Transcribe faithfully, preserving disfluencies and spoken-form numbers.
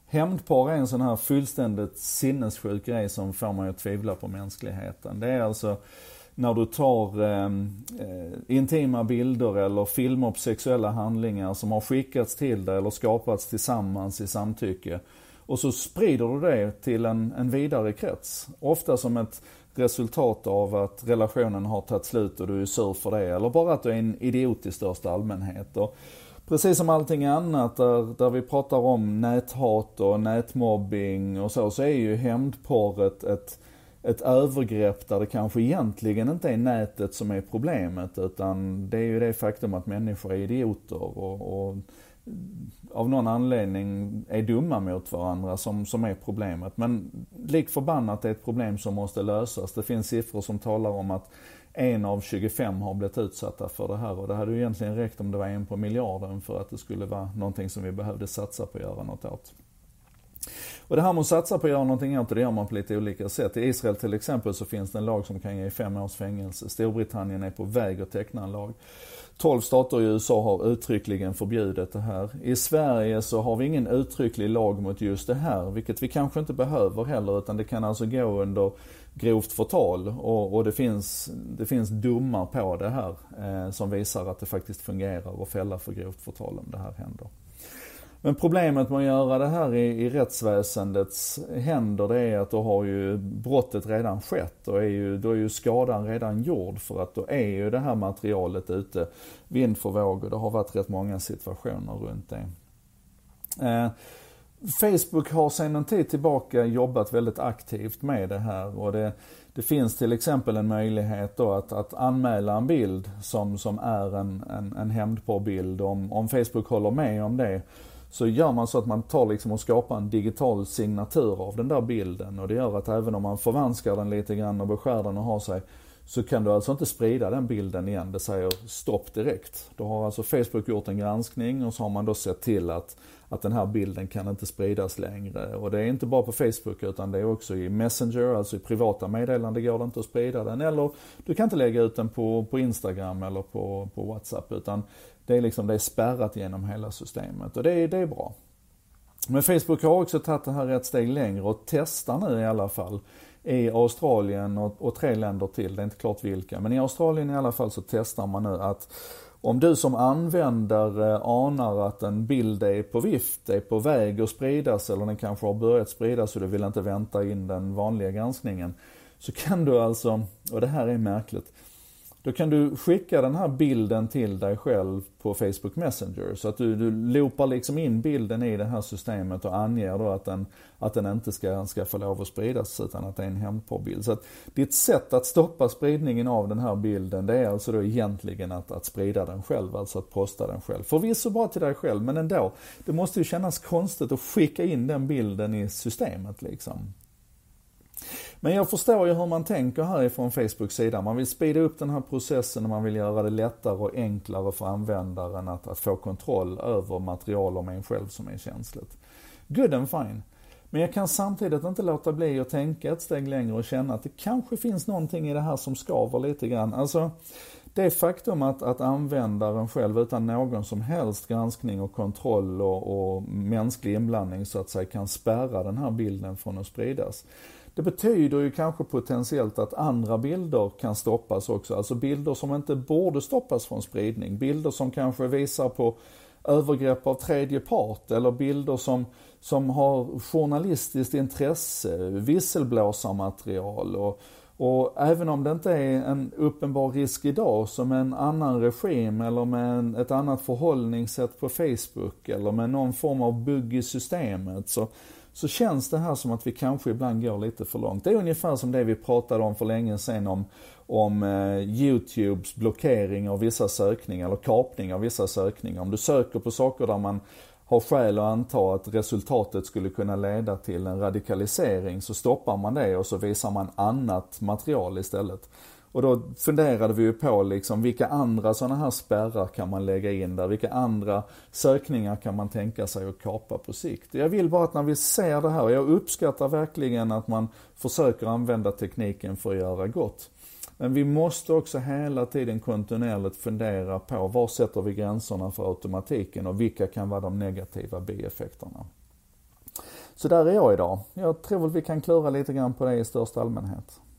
Hämndporr är en sån här fullständigt sinnessjuk grej som får man att tvivla på mänskligheten. Det är alltså när du tar eh, intima bilder eller filmer på sexuella handlingar som har skickats till dig eller skapats tillsammans i samtycke. Och så sprider du det till en, en vidare krets. Ofta som ett resultat av att relationen har tagit slut och du är sur för det. Eller bara att du är en idiot i största allmänhet. Och precis som allting annat där, där vi pratar om näthat och nätmobbing och så, så är ju hämndporr ett, ett, ett övergrepp där det kanske egentligen inte är nätet som är problemet, utan det är ju det faktum att människor är idioter och, och av någon anledning är dumma mot varandra som, som är problemet. Men lik förbannat är ett problem som måste lösas. Det finns siffror som talar om att en av tjugofem har blivit utsatta för det här, och det hade ju egentligen räckt om det var en på miljarden för att det skulle vara någonting som vi behövde satsa på att göra något åt. Och det här med att satsa på att göra någonting åt det, det gör man på lite olika sätt. I Israel till exempel så finns det en lag som kan ge fem års fängelse. Storbritannien är på väg att teckna en lag. tolv stater i U S A har uttryckligen förbjudit det här. I Sverige så har vi ingen uttrycklig lag mot just det här, vilket vi kanske inte behöver heller, utan det kan alltså gå under grovt förtal, och, och det finns det finns domar på det här eh, som visar att det faktiskt fungerar att fälla för grovt förtal om det här händer. Men problemet med att göra det här i, i rättsväsendets händer, det är att då har ju brottet redan skett och är ju, då är ju skadan redan gjord, för att då är ju det här materialet ute vind för våg, och det har varit rätt många situationer runt det. Eh, Facebook har sedan en tid tillbaka jobbat väldigt aktivt med det här, och det, det finns till exempel en möjlighet då att, att anmäla en bild som, som är en, en, en hämndporrbild. Om, om Facebook håller med om det, så gör man så att man tar liksom och skapar en digital signatur av den där bilden, och det gör att även om man förvanskar den lite grann och beskär den och har sig, så kan du alltså inte sprida den bilden igen. Det säger stopp direkt. Då har alltså Facebook gjort en granskning, och så har man då sett till att, att den här bilden kan inte spridas längre. Och det är inte bara på Facebook, utan det är också i Messenger, alltså i privata meddelanden går det inte att sprida den. Eller du kan inte lägga ut den på, på Instagram eller på, på WhatsApp, utan det är liksom det är spärrat genom hela systemet, och det är, det är bra. Men Facebook har också tagit det här ett steg längre och testar nu i alla fall i Australien och, och tre länder till, det är inte klart vilka, men i Australien i alla fall så testar man nu att om du som användare anar att en bild är på vift, är på väg att spridas, eller den kanske har börjat spridas och du vill inte vänta in den vanliga granskningen, så kan du alltså, och det här är märkligt, då kan du skicka den här bilden till dig själv på Facebook Messenger, så att du, du loopar liksom in bilden i det här systemet och anger då att den, att den inte ska, ska få lov att spridas, utan att det är en hämndporrbild. Så att ditt sätt att stoppa spridningen av den här bilden, det är alltså då egentligen att, att sprida den själv, alltså att posta den själv. Förvisso bara till dig själv, men ändå, det måste ju kännas konstigt att skicka in den bilden i systemet liksom. Men jag förstår ju hur man tänker härifrån Facebooks sida. Man vill speeda upp den här processen och man vill göra det lättare och enklare för användaren att, att få kontroll över material om en själv som är känsligt. Good and fine. Men jag kan samtidigt inte låta bli att tänka ett steg längre och känna att det kanske finns någonting i det här som skaver lite grann. Alltså det faktum att, att användaren själv utan någon som helst granskning och kontroll och, och mänsklig inblandning så att säga kan spärra den här bilden från att spridas. Det betyder ju kanske potentiellt att andra bilder kan stoppas också. Alltså bilder som inte borde stoppas från spridning. Bilder som kanske visar på övergrepp av tredje part, eller bilder som, som har journalistiskt intresse, visselblåsarmaterial. Och, och även om det inte är en uppenbar risk idag, som en annan regim eller med en, ett annat förhållningssätt på Facebook eller med någon form av bugg i systemet, så så känns det här som att vi kanske ibland går lite för långt. Det är ungefär som det vi pratade om för länge sedan om, om eh, YouTubes blockering av vissa sökningar eller kapning av vissa sökningar. Om du söker på saker där man har skäl att anta att resultatet skulle kunna leda till en radikalisering, så stoppar man det och så visar man annat material istället. Och då funderade vi ju på liksom vilka andra sådana här spärrar kan man lägga in där, vilka andra sökningar kan man tänka sig att kapa på sikt. Jag vill bara att när vi ser det här, och jag uppskattar verkligen att man försöker använda tekniken för att göra gott. Men vi måste också hela tiden kontinuerligt fundera på var sätter vi gränserna för automatiken och vilka kan vara de negativa bieffekterna. Så där är jag idag. Jag tror väl vi kan klura lite grann på det i största allmänhet.